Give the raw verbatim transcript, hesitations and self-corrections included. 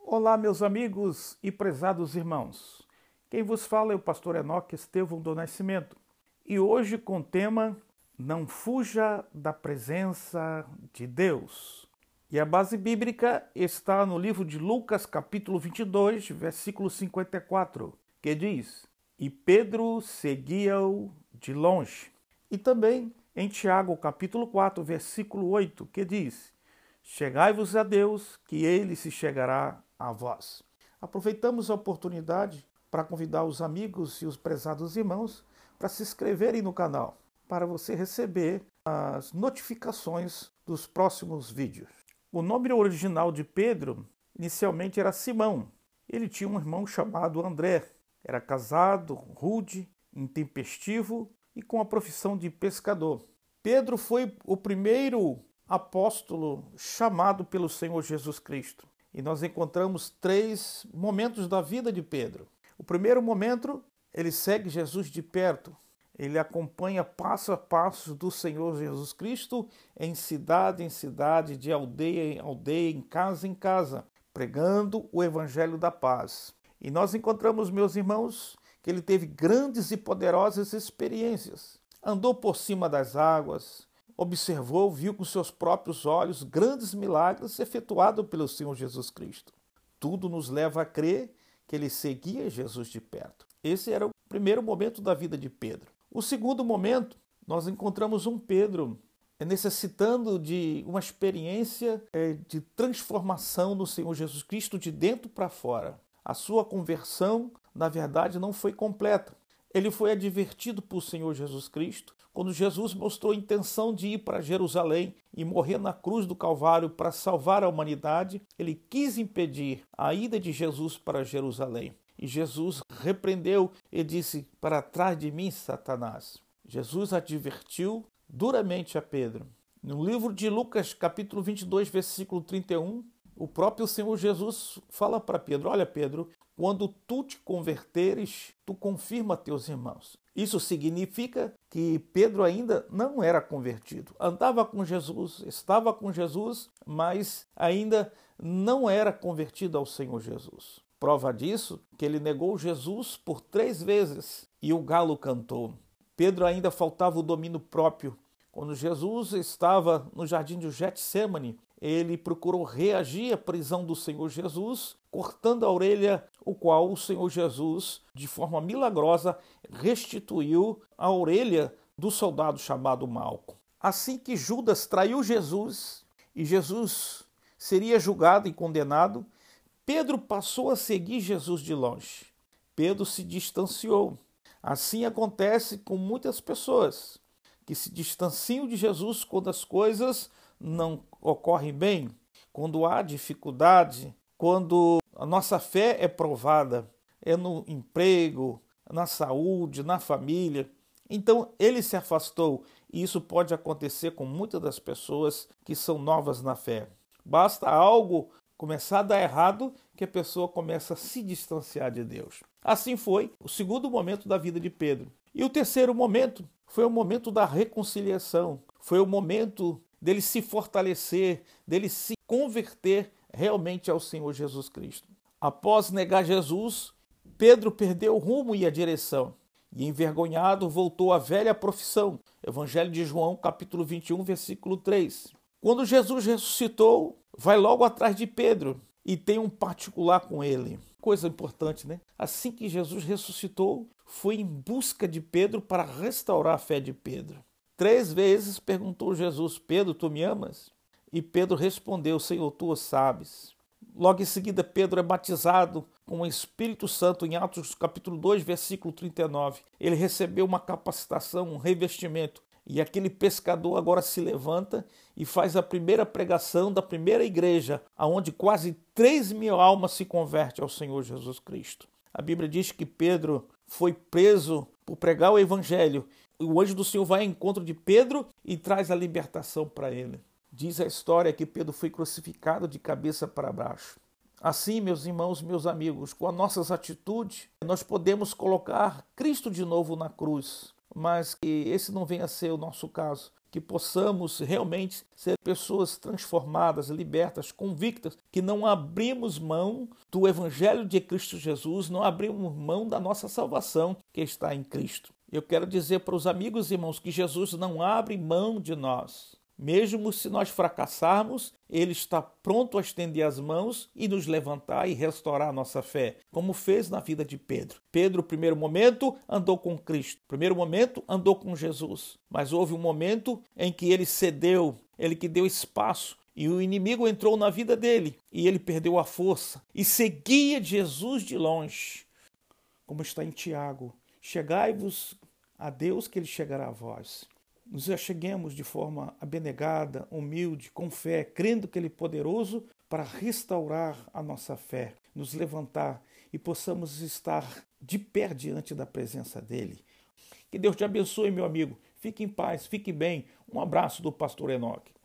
Olá, meus amigos e prezados irmãos. Quem vos fala é o pastor Enoque Estevão do Nascimento. E hoje com o tema Não fuja da presença de Deus. E a base bíblica está no livro de Lucas, capítulo vinte e dois, versículo cinquenta e quatro, que diz: E Pedro seguia-o de longe. E também em Tiago, capítulo quatro, versículo oito, que diz: Chegai-vos a Deus, que ele se chegará a vós. Aproveitamos a oportunidade para convidar os amigos e os prezados irmãos para se inscreverem no canal, para você receber as notificações dos próximos vídeos. O nome original de Pedro inicialmente era Simão. Ele tinha um irmão chamado André. Era casado, rude, intempestivo e com a profissão de pescador. Pedro foi o primeiro apóstolo chamado pelo Senhor Jesus Cristo. E nós encontramos três momentos da vida de Pedro. O primeiro momento, ele segue Jesus de perto. Ele acompanha passo a passo do Senhor Jesus Cristo em cidade em cidade, de aldeia em aldeia, em casa em casa, pregando o evangelho da paz. E nós encontramos, meus irmãos, que ele teve grandes e poderosas experiências. Andou por cima das águas, observou, viu com seus próprios olhos grandes milagres efetuados pelo Senhor Jesus Cristo. Tudo nos leva a crer que ele seguia Jesus de perto. Esse era o primeiro momento da vida de Pedro. O segundo momento, nós encontramos um Pedro necessitando de uma experiência de transformação no Senhor Jesus Cristo de dentro para fora. A sua conversão, na verdade, não foi completa. Ele foi advertido por Senhor Jesus Cristo quando Jesus mostrou a intenção de ir para Jerusalém e morrer na cruz do Calvário para salvar a humanidade. Ele quis impedir a ida de Jesus para Jerusalém. E Jesus repreendeu e disse: para trás de mim, Satanás. Jesus advertiu duramente a Pedro. No livro de Lucas, capítulo vinte e dois, versículo trinta e um, o próprio Senhor Jesus fala para Pedro: olha, Pedro, quando tu te converteres, tu confirma teus irmãos. Isso significa que Pedro ainda não era convertido. Andava com Jesus, estava com Jesus, mas ainda não era convertido ao Senhor Jesus. Prova disso que ele negou Jesus por três vezes e o galo cantou. Pedro ainda faltava o domínio próprio. Quando Jesus estava no jardim de Getsemane, ele procurou reagir à prisão do Senhor Jesus, cortando a orelha, o qual o Senhor Jesus, de forma milagrosa, restituiu a orelha do soldado chamado Malco. Assim que Judas traiu Jesus e Jesus seria julgado e condenado, Pedro passou a seguir Jesus de longe. Pedro se distanciou. Assim acontece com muitas pessoas que se distanciam de Jesus quando as coisas não ocorrem bem, quando há dificuldade, quando a nossa fé é provada, é no emprego, na saúde, na família. Então ele se afastou, e isso pode acontecer com muitas das pessoas que são novas na fé. Basta algo começar a dar errado que a pessoa começa a se distanciar de Deus. Assim foi o segundo momento da vida de Pedro. E o terceiro momento foi o momento da reconciliação, foi o momento dele se fortalecer, dele se converter realmente ao Senhor Jesus Cristo. Após negar Jesus, Pedro perdeu o rumo e a direção, e envergonhado voltou à velha profissão. Evangelho de João, capítulo vinte e um, versículo três. Quando Jesus ressuscitou, vai logo atrás de Pedro e tem um particular com ele. Coisa importante, né? Assim que Jesus ressuscitou, foi em busca de Pedro para restaurar a fé de Pedro. Três vezes perguntou Jesus: Pedro, tu me amas? E Pedro respondeu: Senhor, tu o sabes. Logo em seguida, Pedro é batizado com o Espírito Santo em Atos capítulo dois, versículo trinta e nove. Ele recebeu uma capacitação, um revestimento. E aquele pescador agora se levanta e faz a primeira pregação da primeira igreja, onde quase três mil almas se convertem ao Senhor Jesus Cristo. A Bíblia diz que Pedro foi preso por pregar o evangelho. O anjo do Senhor vai ao encontro de Pedro e traz a libertação para ele. Diz a história que Pedro foi crucificado de cabeça para baixo. Assim, meus irmãos, meus amigos, com as nossas atitudes, nós podemos colocar Cristo de novo na cruz. Mas que esse não venha a ser o nosso caso. Que que possamos realmente ser pessoas transformadas, libertas, convictas, que não abrimos mão do Evangelho de Cristo Jesus, não abrimos mão da nossa salvação que está em Cristo. Eu quero dizer para os amigos e irmãos que Jesus não abre mão de nós. Mesmo se nós fracassarmos, Ele está pronto a estender as mãos e nos levantar e restaurar a nossa fé, como fez na vida de Pedro. Pedro, no primeiro momento, andou com Cristo. No primeiro momento, andou com Jesus. Mas houve um momento em que ele cedeu, ele que deu espaço, e o inimigo entrou na vida dele, e ele perdeu a força, e seguia Jesus de longe. Como está em Tiago, chegai-vos a Deus que Ele chegará a vós. Nos acheguemos de forma abnegada, humilde, com fé, crendo que Ele é poderoso para restaurar a nossa fé, nos levantar e possamos estar de pé diante da presença dEle. Que Deus te abençoe, meu amigo. Fique em paz, fique bem. Um abraço do pastor Enoque.